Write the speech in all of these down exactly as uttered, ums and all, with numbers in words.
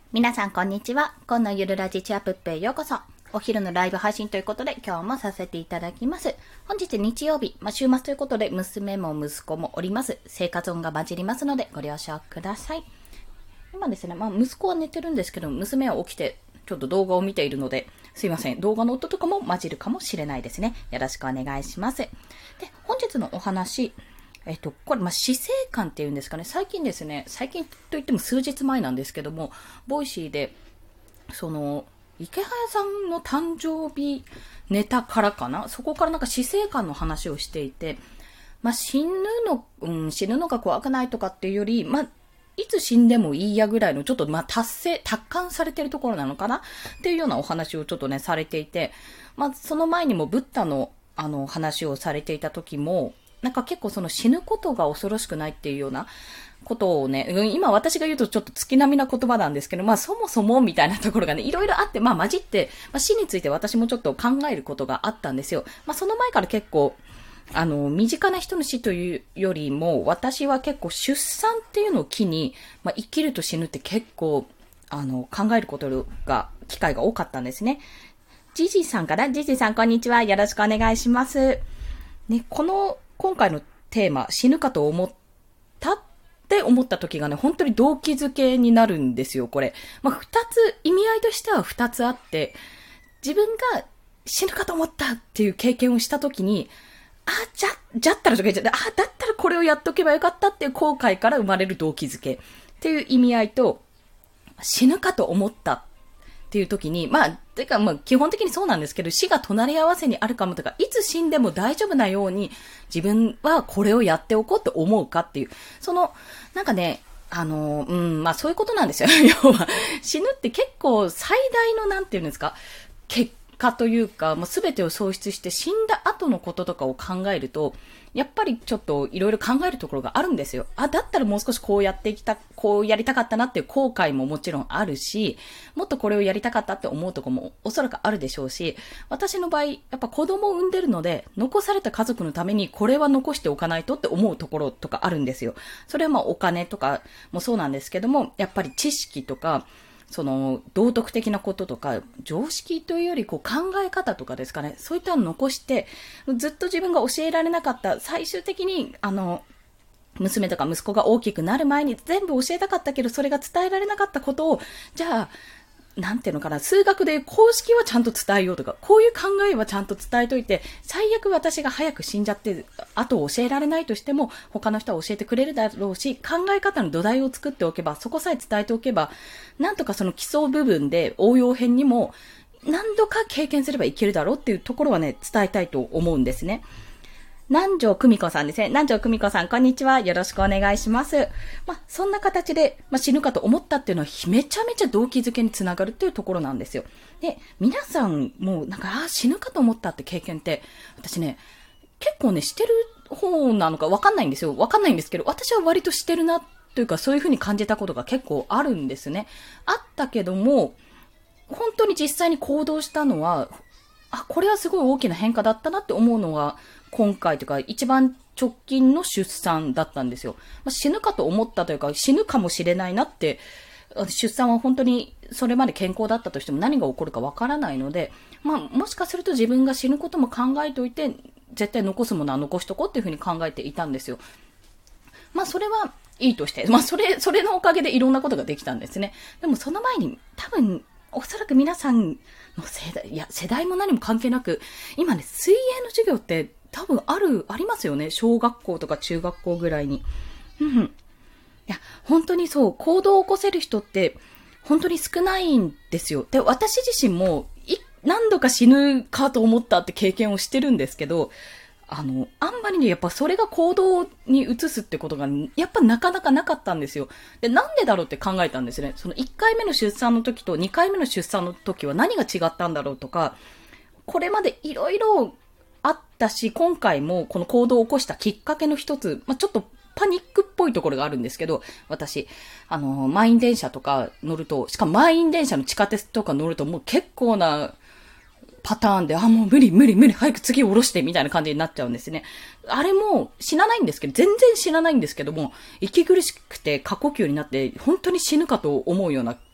皆さんこんにちは。今のゆるラジチアップへようこそ。お昼のライブ配信ということで今日もさせていただきます。本日日曜日、まあ、週末ということで娘も息子もおります。生活音が混じりますのでご了承ください。今ですね、まあ、息子は寝てるんですけど、娘は起きてちょっと動画を見ているので、すいません。動画の音とかも混じるかもしれないですね。よろしくお願いします。で、本日のお話、えっと、これ、まあ、死生観っていうんですかね。最近ですね、最近といっても数日前なんですけども、ボイシーで、その、池早さんの誕生日ネタからかな、そこからなんか死生観の話をしていて、まあ、死ぬの、うん、死ぬのが怖くないとかっていうより、まあ、いつ死んでもいいやぐらいのちょっとまあ達成、達観されてるところなのかなっていうようなお話をちょっとね、されていて、まあ、その前にもブッダのあの話をされていた時も、なんか結構その死ぬことが恐ろしくないっていうようなことをね、今私が言うとちょっと月並みな言葉なんですけど、まあそもそもみたいなところがね、いろいろあって、まあ混じって、まあ死について私もちょっと考えることがあったんですよ。まあその前から結構、あの、身近な人の死というよりも、私は結構出産っていうのを機に、まあ生きると死ぬって結構、あの、考えることが、機会が多かったんですね。ジジさんから、ジジさんこんにちは。よろしくお願いします。ね、この、今回のテーマ、死ぬかと思ったって思った時がね、本当に動機づけになるんですよ、これ。まあ、二つ、意味合いとしては二つあって、自分が死ぬかと思ったっていう経験をした時に、あ、じゃ、じゃったらとか言っちゃって、あ、だったらこれをやっとけばよかったっていう後悔から生まれる動機づけっていう意味合いと、死ぬかと思ったっていう時に、まあ、てかまあ基本的にそうなんですけど、死が隣り合わせにあるかもとか、いつ死んでも大丈夫なように自分はこれをやっておこうって思うかっていう、その、なんかね、あの、うん、まあそういうことなんですよ。要は、死ぬって結構最大のなんていうんですか、結果というか、もう全てを喪失して死んだ後のこととかを考えると、やっぱりちょっといろいろ考えるところがあるんですよ。あ、だったらもう少しこうやっていきた、こうやりたかったなっていう後悔ももちろんあるし、もっとこれをやりたかったって思うところもおそらくあるでしょうし、私の場合、やっぱ子供を産んでるので、残された家族のためにこれは残しておかないとって思うところとかあるんですよ。それはまあお金とかもそうなんですけども、やっぱり知識とか、その道徳的なこととか常識というよりこう考え方とかですかね、そういったのを残してずっと自分が教えられなかった、最終的にあの娘とか息子が大きくなる前に全部教えたかったけどそれが伝えられなかったことを、じゃあなんていうのかな、数学で公式はちゃんと伝えようとか、こういう考えはちゃんと伝えといて、最悪私が早く死んじゃって、後を教えられないとしても、他の人は教えてくれるだろうし、考え方の土台を作っておけば、そこさえ伝えておけば、なんとかその基礎部分で応用編にも、何度か経験すればいけるだろうっていうところはね、伝えたいと思うんですね。南條久美子さんですね。南條久美子さん、こんにちは。よろしくお願いします。まあ、そんな形で、まあ、死ぬかと思ったっていうのは、めちゃめちゃ動機づけにつながるっていうところなんですよ。で、皆さんも、なんか、あ、死ぬかと思ったって経験って、私ね、結構ね、してる方なのかわかんないんですよ。わかんないんですけど、私は割としてるな、というか、そういう風に感じたことが結構あるんですね。あったけども、本当に実際に行動したのは、あ、これはすごい大きな変化だったなって思うのが、今回というか、一番直近の出産だったんですよ。まあ、死ぬかと思ったというか、死ぬかもしれないなって、出産は本当にそれまで健康だったとしても何が起こるかわからないので、まあ、もしかすると自分が死ぬことも考えておいて、絶対残すものは残しとこうっていうふうに考えていたんですよ。まあ、それはいいとして、まあ、それ、それのおかげでいろんなことができたんですね。でもその前に、多分、おそらく皆さんの世代、いや、世代も何も関係なく、今ね、水泳の授業って多分ある、ありますよね。小学校とか中学校ぐらいに。うん。いや、本当にそう、行動を起こせる人って、本当に少ないんですよ。で、私自身も、い、何度か死ぬかと思ったって経験をしてるんですけど、あの、あんまりね、やっぱそれが行動に移すってことが、やっぱなかなかなかったんですよ。で、なんでだろうって考えたんですね。そのいっかいめの出産の時とにかいめの出産の時は何が違ったんだろうとか、これまでいろいろあったし、今回もこの行動を起こしたきっかけの一つ、まあ、ちょっとパニックっぽいところがあるんですけど、私、あの、満員電車とか乗ると、しかも満員電車の地下鉄とか乗るともう結構な、パターンで、あ、もう無理無理無理、早く次下ろしてみたいな感じになっちゃうんですね。あれも死なないんですけど、全然死なないんですけども、息苦しくて過呼吸になって、本当に死ぬかと思うような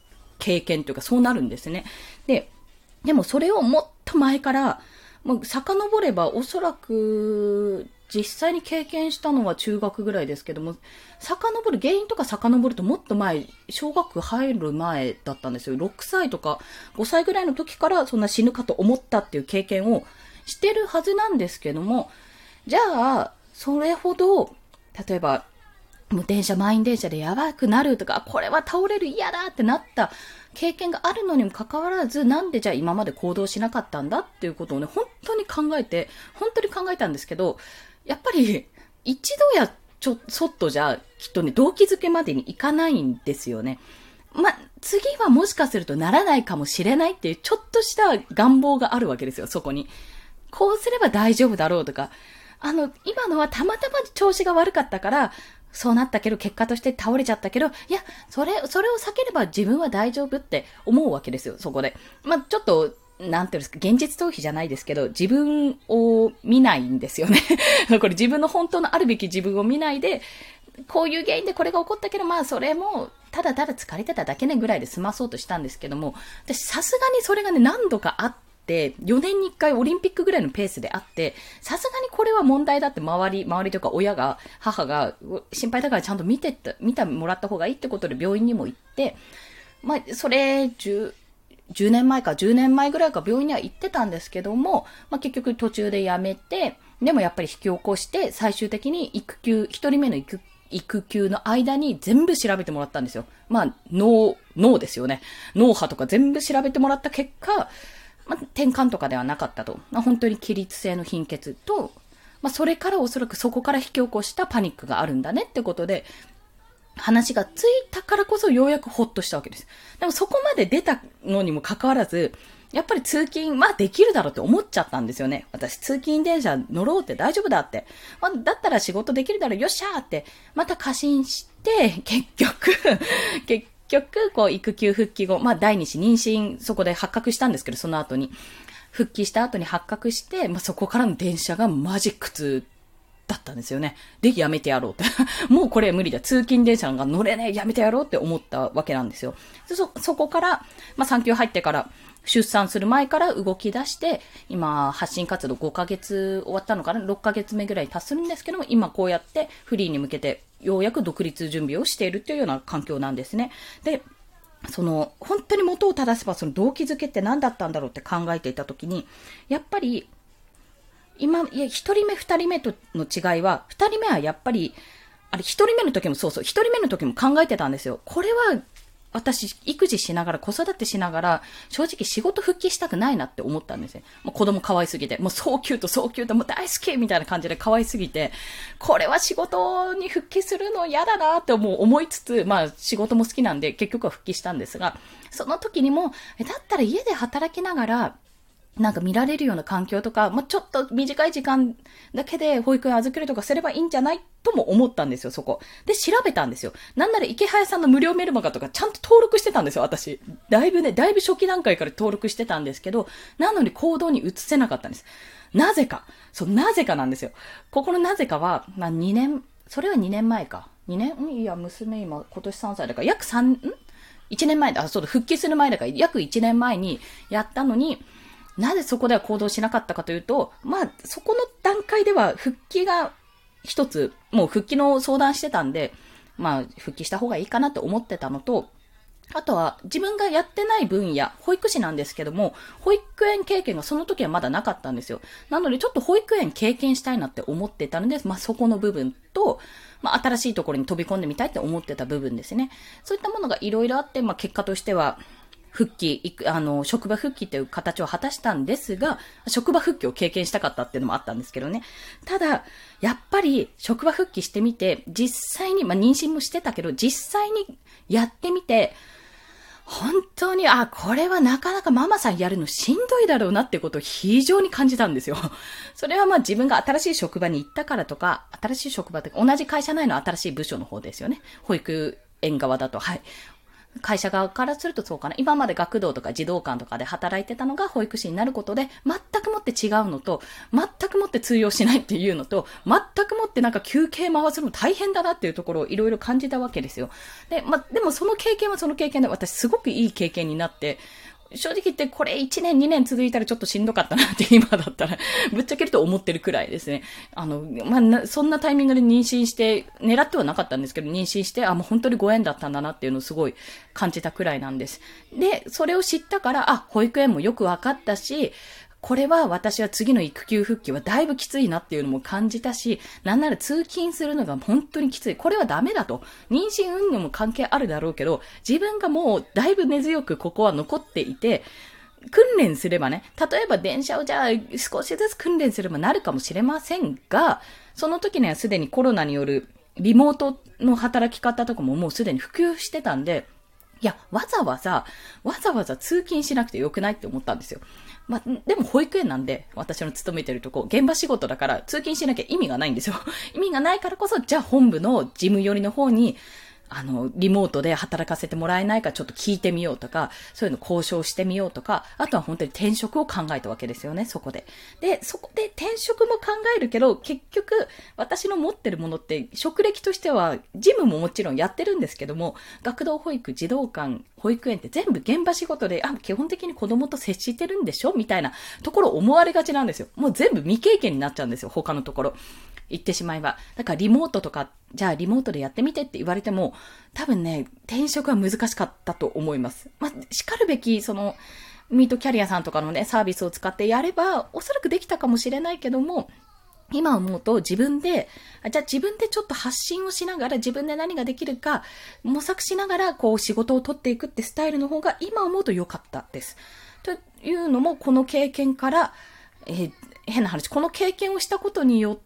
経験というかそうなるんですね。で、でもそれをもっと前から、もう遡ればおそらく実際に経験したのは中学ぐらいですけども、遡る、原因とか遡るともっと前、小学入る前だったんですよ。ろくさいとかごさいぐらいの時からそんな死ぬかと思ったっていう経験をしてるはずなんですけども、じゃあ、それほど、例えば、もう電車、満員電車でやばくなるとか、これは倒れる嫌だってなった経験があるのにもかかわらず、なんでじゃあ今まで行動しなかったんだっていうことをね、本当に考えて、本当に考えたんですけど、やっぱり一度やちょ、そっとじゃきっとね、動機づけまでにいかないんですよね。ま、次はもしかするとならないかもしれないっていうちょっとした願望があるわけですよ、そこに。こうすれば大丈夫だろうとか、あの、今のはたまたま調子が悪かったから、そうなったけど、結果として倒れちゃったけど、いや、それ、それを避ければ自分は大丈夫って思うわけですよ、そこで。まあ、ちょっと、なんていうんですか、現実逃避じゃないですけど、自分を見ないんですよね。これ自分の本当のあるべき自分を見ないで、こういう原因でこれが起こったけど、まあ、それも、ただただ疲れてただけねぐらいで済まそうとしたんですけども、私、さすがにそれがね、何度かあって、で、よねんにいっかいオリンピックぐらいのペースであって、さすがにこれは問題だって周り、周りというか親が、母が心配だからちゃんと見てった、見てもらった方がいいってことで病院にも行って、まあ、それじゅう、じゅうねんまえかじゅうねんまえぐらいか病院には行ってたんですけども、まあ、結局途中でやめて、でもやっぱり引き起こして、最終的に育休、一人目の育休、育休の間に全部調べてもらったんですよ。まあ、脳、脳ですよね。脳波とか全部調べてもらった結果、まあ、転換とかではなかったと。まあ、本当に起立性の貧血と、まあ、それからおそらくそこから引き起こしたパニックがあるんだねってことで、話がついたからこそようやくホッとしたわけです。でもそこまで出たのにもかかわらず、やっぱり通勤、まあできるだろうって思っちゃったんですよね。私通勤電車乗ろうって大丈夫だって。まあ、だったら仕事できるだろうよっしゃーって、また過信して、結局、結局、結局、こう、育休復帰後、まあ、第二子妊娠、そこで発覚したんですけど、その後に。復帰した後に発覚して、まあ、そこからの電車がマジ苦痛だったんですよね。で、やめてやろうって。もうこれ無理だ。通勤電車が乗れねえ、やめてやろうって思ったわけなんですよ。でそ、そこから、まあ、産休入ってから、出産する前から動き出して、今、発信活動ごかげつ終わったのかな ?ろっ ヶ月目ぐらい達するんですけども、今こうやってフリーに向けて、ようやく独立準備をしているというような環境なんですね。で、その、本当に元を正せばその動機づけって何だったんだろうって考えていたときに、やっぱり、今、いや、一人目二人目との違いは、二人目はやっぱり、あれ一人目の時もそうそう、一人目の時も考えてたんですよ。これは、私、育児しながら、子育てしながら、正直仕事復帰したくないなって思ったんですね。もう子供可愛すぎて、もうそうキュート、そうキュート、もう大好きみたいな感じで可愛すぎて、これは仕事に復帰するの嫌だなって思う思いつつ、まあ仕事も好きなんで結局は復帰したんですが、その時にも、えだったら家で働きながら、なんか見られるような環境とか、まあ、ちょっと短い時間だけで保育園預けるとかすればいいんじゃないとも思ったんですよ、そこ。で、調べたんですよ。なんなら池早さんの無料メルマガとかちゃんと登録してたんですよ、私。だいぶね、だいぶ初期段階から登録してたんですけど、なのに行動に移せなかったんです。なぜか。そう、なぜかなんですよ。ここのなぜかは、まあ、にねん、それはにねんまえか。にねんいや、娘今、今年さんさいだから、約さん、ん ?いち 年前だ。あ、そうだ、復帰する前だから、約いちねんまえにやったのに、なぜそこでは行動しなかったかというと、まあ、そこの段階では復帰が一つ、もう復帰の相談してたんで、まあ、復帰した方がいいかなと思ってたのと、あとは自分がやってない分野、保育士なんですけども、保育園経験がその時はまだなかったんですよ。なのでちょっと保育園経験したいなって思ってたので、まあそこの部分と、まあ新しいところに飛び込んでみたいって思ってた部分ですね。そういったものがいろいろあって、まあ結果としては、復帰、あの、職場復帰という形を果たしたんですが、職場復帰を経験したかったっていうのもあったんですけどね。ただ、やっぱり職場復帰してみて、実際に、まあ妊娠もしてたけど、実際にやってみて、本当に、あ、これはなかなかママさんやるのしんどいだろうなっていうことを非常に感じたんですよ。それはまあ自分が新しい職場に行ったからとか、新しい職場とか、同じ会社内の新しい部署の方ですよね。保育園側だと、はい。 会社側からするとそうかな。今まで学童とか児童館とかで働いてたのが保育士になることで、全くもって違うのと、全くもって通用しないっていうのと、全くもってなんか休憩回すの大変だなっていうところをいろいろ感じたわけですよ。で、ま、でもその経験はその経験で私すごくいい経験になって、正直言ってこれいちねんにねん続いたらちょっとしんどかったなって今だったらぶっちゃけると思ってるくらいですね。あの、まあ、そんなタイミングで妊娠して、狙ってはなかったんですけど、妊娠して、あ、もう本当にご縁だったんだなっていうのをすごい感じたくらいなんです。で、それを知ったから、あ、保育園もよくわかったし、これは私は次の育休復帰はだいぶきついなっていうのも感じたし、なんなら通勤するのが本当にきつい。これはダメだと。妊娠運動も関係あるだろうけど、自分がもうだいぶ根強くここは残っていて、訓練すればね、例えば電車をじゃあ少しずつ訓練すればなるかもしれませんが、その時にはすでにコロナによるリモートの働き方とかももうすでに普及してたんで、いや、わざわざ、わざわざ通勤しなくてよくないって思ったんですよ。まあ、でも保育園なんで、私の勤めてるとこ、現場仕事だから通勤しなきゃ意味がないんですよ。意味がないからこそ、じゃあ本部の事務寄りの方に、あの、リモートで働かせてもらえないかちょっと聞いてみようとか、そういうの交渉してみようとか、あとは本当に転職を考えたわけですよね、そこで。で、そこで転職も考えるけど、結局、私の持ってるものって、職歴としては、事務ももちろんやってるんですけども、学童保育、児童館、保育園って全部現場仕事で、あ、基本的に子供と接してるんでしょみたいなところ思われがちなんですよ。もう全部未経験になっちゃうんですよ、他のところ。言ってしまえば。だからリモートとか、じゃあリモートでやってみてって言われても、多分ね、転職は難しかったと思います。まあ、叱るべき、その、ミートキャリアさんとかのね、サービスを使ってやれば、おそらくできたかもしれないけども、今思うと自分で、じゃあ自分でちょっと発信をしながら自分で何ができるか模索しながらこう仕事を取っていくってスタイルの方が今思うと良かったです。というのもこの経験から、えー、変な話、この経験をしたことによって、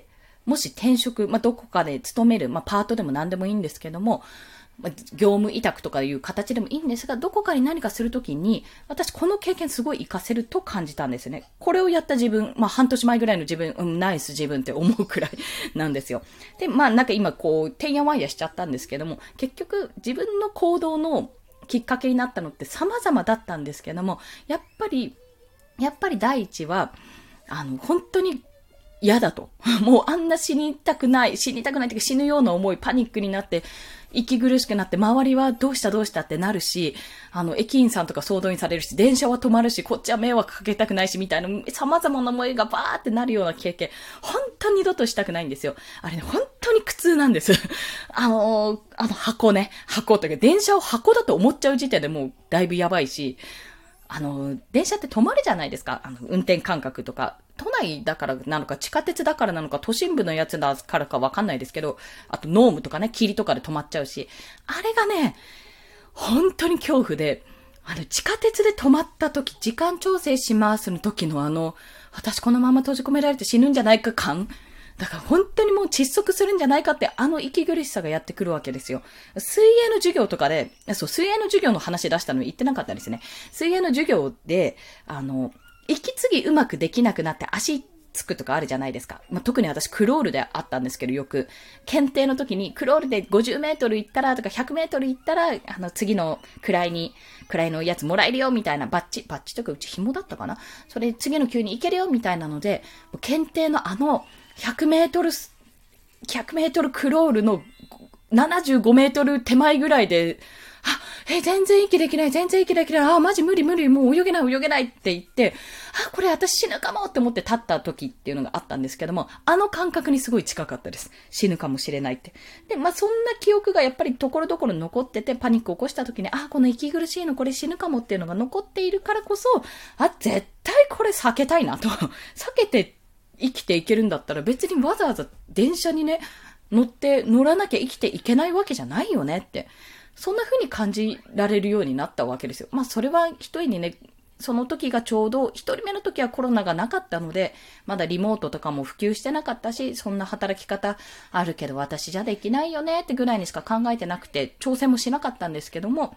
もし転職、まあ、どこかで勤める、まあ、パートでも何でもいいんですけども、業務委託とかいう形でもいいんですが、どこかに何かするときに、私この経験すごい活かせると感じたんですね。これをやった自分、まあ半年前ぐらいの自分、うん、ナイス自分って思うくらいなんですよ。で、まあなんか今こう、てんやわんやしちゃったんですけども、結局自分の行動のきっかけになったのって様々だったんですけども、やっぱり、やっぱり第一は、あの、本当に、嫌だと。もうあんな死にたくない、死にたくないっていうか死ぬような思い、パニックになって、息苦しくなって、周りはどうしたどうしたってなるし、あの、駅員さんとか総動員されるし、電車は止まるし、こっちは迷惑かけたくないし、みたいな、様々な思いがバーってなるような経験、本当に二度としたくないんですよ。あれね、本当に苦痛なんです。あのー、あの箱ね、箱というか、電車を箱だと思っちゃう時点でもうだいぶやばいし、あの、電車って止まるじゃないですか。あの、運転間隔とか。都内だからなのか、地下鉄だからなのか、都心部のやつだからかわかんないですけど、あとノームとかね、霧とかで止まっちゃうし、あれがね、本当に恐怖で、あの、地下鉄で止まった時、時間調整しますの時のあの、私このまま閉じ込められて死ぬんじゃないか感だから本当にもう窒息するんじゃないかってあの息苦しさがやってくるわけですよ。水泳の授業とかで、そう、水泳の授業の話出したの言ってなかったですね。水泳の授業で、あの、息継ぎうまくできなくなって足つくとかあるじゃないですか。まあ、特に私クロールであったんですけど、よく、検定の時にクロールでごじゅうメートル行ったらとかひゃくメートル行ったら、あの次の位に、位のやつもらえるよみたいなバッチ、バッチとかうち紐だったかな？それ次の級に行けるよみたいなので、検定のあの、ひゃくメートル、ひゃくメートルクロールのななじゅうごメートル手前ぐらいで、あ、え、全然息できない、全然息できない、あ、マジ無理無理、もう泳げない泳げないって言って、あ、これ私死ぬかもって思って立った時っていうのがあったんですけども、あの感覚にすごい近かったです。死ぬかもしれないって。で、まあ、そんな記憶がやっぱりところどころ残ってて、パニックを起こした時に、あ、この息苦しいのこれ死ぬかもっていうのが残っているからこそ、あ、絶対これ避けたいなと。避けて生きていけるんだったら別にわざわざ電車にね、乗って乗らなきゃ生きていけないわけじゃないよねって。そんな風に感じられるようになったわけですよ。まあそれは一人にね、その時がちょうど、一人目の時はコロナがなかったので、まだリモートとかも普及してなかったし、そんな働き方あるけど私じゃできないよねってぐらいにしか考えてなくて、挑戦もしなかったんですけども、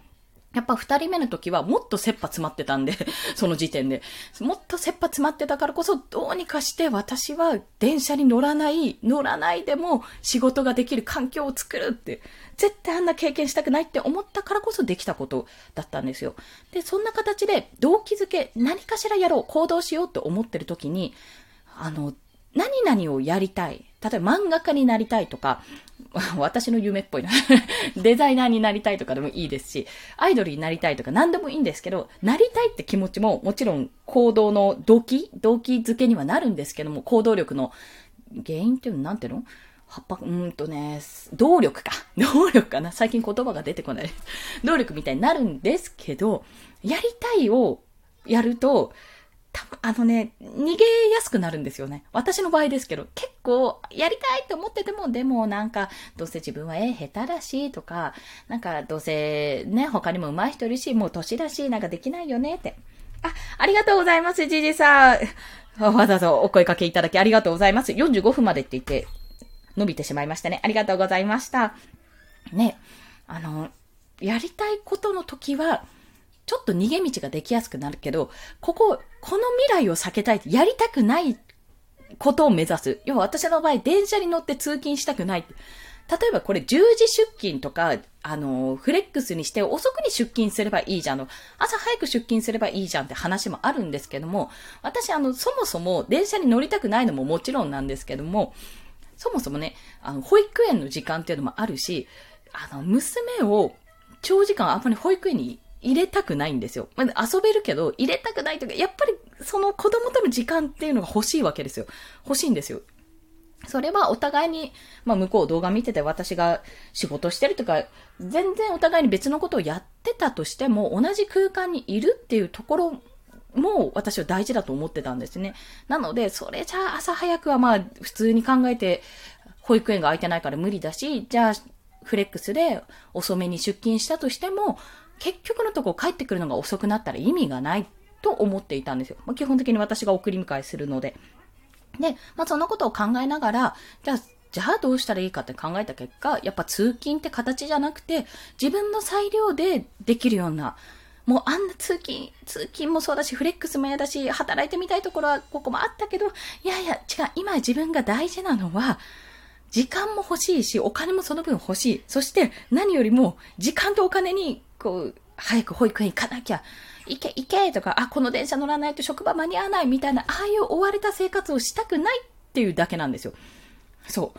やっぱ二人目の時はもっと切羽詰まってたんで、その時点で。もっと切羽詰まってたからこそ、どうにかして私は電車に乗らない、乗らないでも仕事ができる環境を作るって、絶対あんな経験したくないって思ったからこそできたことだったんですよ。で、そんな形で動機づけ、何かしらやろう、行動しようって思ってる時に、あの、何々をやりたい。例えば漫画家になりたいとか、私の夢っぽいな。デザイナーになりたいとかでもいいですし、アイドルになりたいとか何でもいいんですけど、なりたいって気持ちももちろん行動の動機動機づけにはなるんですけども、行動力の原因っていうのなんていうの葉っぱ、うーんとね、動力か。動力かな。最近言葉が出てこない。動力みたいになるんですけど、やりたいをやると、多分あのね、逃げやすくなるんですよね。私の場合ですけど、結構やりたいと思ってても、でもなんか、どうせ自分は絵下手だし、とか、なんかどうせね、他にも上手い人いるし、もう年だし、なんかできないよねって。あ、ありがとうございます、ジジさん。わざわざお声かけいただきありがとうございます。よんじゅうごふんまでって言って、伸びてしまいましたね。ありがとうございました。ね、あの、やりたいことの時は、ちょっと逃げ道ができやすくなるけど、ここ、この未来を避けたい、やりたくないことを目指す。要は私の場合、電車に乗って通勤したくない。例えばこれじゅうじ出勤とか、あの、フレックスにして遅くに出勤すればいいじゃん。朝早く出勤すればいいじゃんって話もあるんですけども、私あの、そもそも電車に乗りたくないのももちろんなんですけども、そもそもね、あの、保育園の時間っていうのもあるし、あの、娘を長時間あんまり保育園に入れたくないんですよ。まあ、遊べるけど、入れたくないとか、やっぱりその子供との時間っていうのが欲しいわけですよ。欲しいんですよ。それはお互いに、まあ向こう動画見てて私が仕事してるとか、全然お互いに別のことをやってたとしても、同じ空間にいるっていうところも私は大事だと思ってたんですね。なので、それじゃあ朝早くはまあ普通に考えて、保育園が空いてないから無理だし、じゃあフレックスで遅めに出勤したとしても、結局のところ帰ってくるのが遅くなったら意味がないと思っていたんですよ。まあ、基本的に私が送り迎えするので。で、まあそのことを考えながら、じゃあ、じゃあどうしたらいいかって考えた結果、やっぱ通勤って形じゃなくて、自分の裁量でできるような、もうあんな通勤、通勤もそうだし、フレックスも嫌だし、働いてみたいところはここもあったけど、いやいや、違う、今自分が大事なのは、時間も欲しいし、お金もその分欲しい。そして何よりも、時間とお金に、こう、早く保育園行かなきゃ、行け行けとか、あ、この電車乗らないと職場間に合わないみたいな、ああいう追われた生活をしたくないっていうだけなんですよ。そう。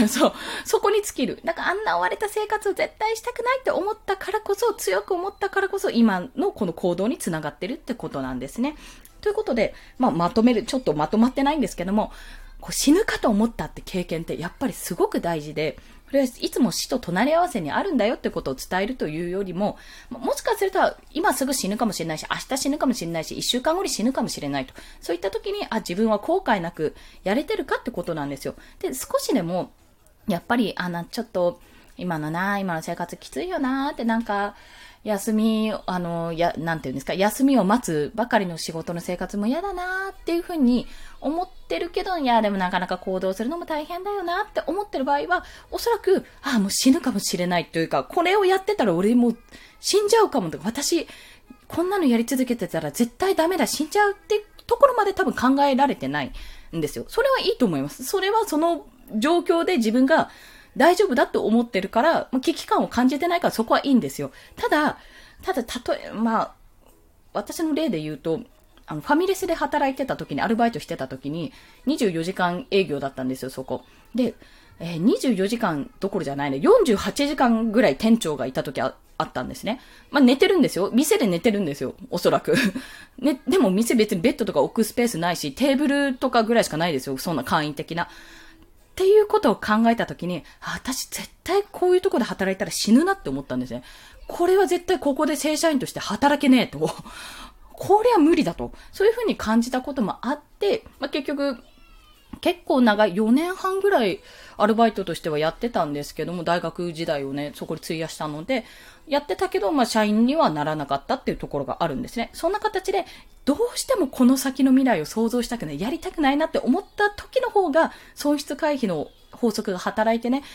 そう。そこに尽きる。だからあんな追われた生活を絶対したくないって思ったからこそ、強く思ったからこそ、今のこの行動につながってるってことなんですね。ということで、まあ、まとめる、ちょっとまとまってないんですけども、こう死ぬかと思ったって経験ってやっぱりすごく大事で、これはいつも死と隣り合わせにあるんだよってことを伝えるというよりも、もしかすると今すぐ死ぬかもしれないし、明日死ぬかもしれないし、一週間後に死ぬかもしれないと。そういった時に、あ、自分は後悔なくやれてるかってことなんですよ。で、少しでも、やっぱり、あの、ちょっと、今のな、今の生活きついよなーってなんか、休み、あの、や、なんていうんですか、休みを待つばかりの仕事の生活も嫌だなーっていうふうに思ってるけど、いや、でもなかなか行動するのも大変だよなって思ってる場合は、おそらく、ああ、もう死ぬかもしれないというか、これをやってたら俺もう死んじゃうかもとか、私、こんなのやり続けてたら絶対ダメだ、死んじゃうってところまで多分考えられてないんですよ。それはいいと思います。それはその状況で自分が、大丈夫だと思ってるから、危機感を感じてないからそこはいいんですよ。ただ、ただ、たとえ、まあ、私の例で言うと、あの、ファミレスで働いてた時に、アルバイトしてた時に、にじゅうよじかん営業だったんですよ、そこ。で、えー、にじゅうよじかんどころじゃないね、よんじゅうはちじかんぐらい店長がいた時ああったんですね。まあ、寝てるんですよ。店で寝てるんですよ、おそらく。ね、でも店別にベッドとか置くスペースないし、テーブルとかぐらいしかないですよ、そんな簡易的な。っていうことを考えたときに、私絶対こういうところで働いたら死ぬなって思ったんですね。これは絶対ここで正社員として働けねえと。これは無理だと。そういうふうに感じたこともあって、まあ、結局、結構長いよねんはんぐらいアルバイトとしてはやってたんですけども、大学時代をね、そこに費やしたので、やってたけど、まあ、社員にはならなかったっていうところがあるんですね。そんな形で、どうしてもこの先の未来を想像したくない、やりたくないなって思った時の方が、損失回避の法則が働いてね、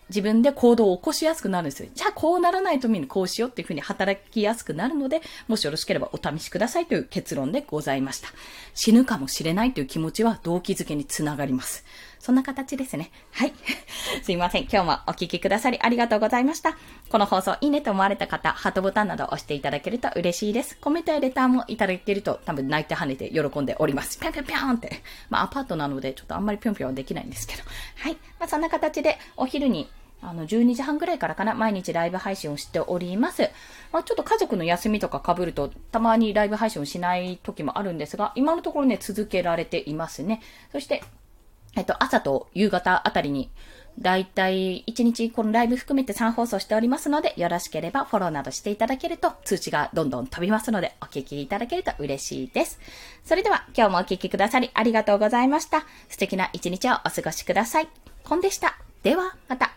自分で行動を起こしやすくなるんですよ。じゃあこうならないためにこうしようっていうふうに働きやすくなるので、もしよろしければお試しくださいという結論でございました。死ぬかもしれないという気持ちは動機づけにつながります。そんな形ですね。はい。すいません。今日もお聞きくださりありがとうございました。この放送いいねと思われた方、ハートボタンなど押していただけると嬉しいです。コメントやレターもいただけると多分泣いて跳ねて喜んでおります。ぴょんぴょんぴょんって。まあアパートなのでちょっとあんまりぴょんぴょんはできないんですけど。はい。まあそんな形でお昼にあの、じゅうにじはんぐらいからかな、毎日ライブ配信をしております。まあ、ちょっと家族の休みとか被ると、たまにライブ配信をしない時もあるんですが、今のところね、続けられていますね。そして、えっと、朝と夕方あたりに、だいたいいちにちこのライブ含めてさん放送しておりますので、よろしければフォローなどしていただけると通知がどんどん飛びますので、お聞きいただけると嬉しいです。それでは、今日もお聞きくださりありがとうございました。素敵な一日をお過ごしください。コンでした。では、また。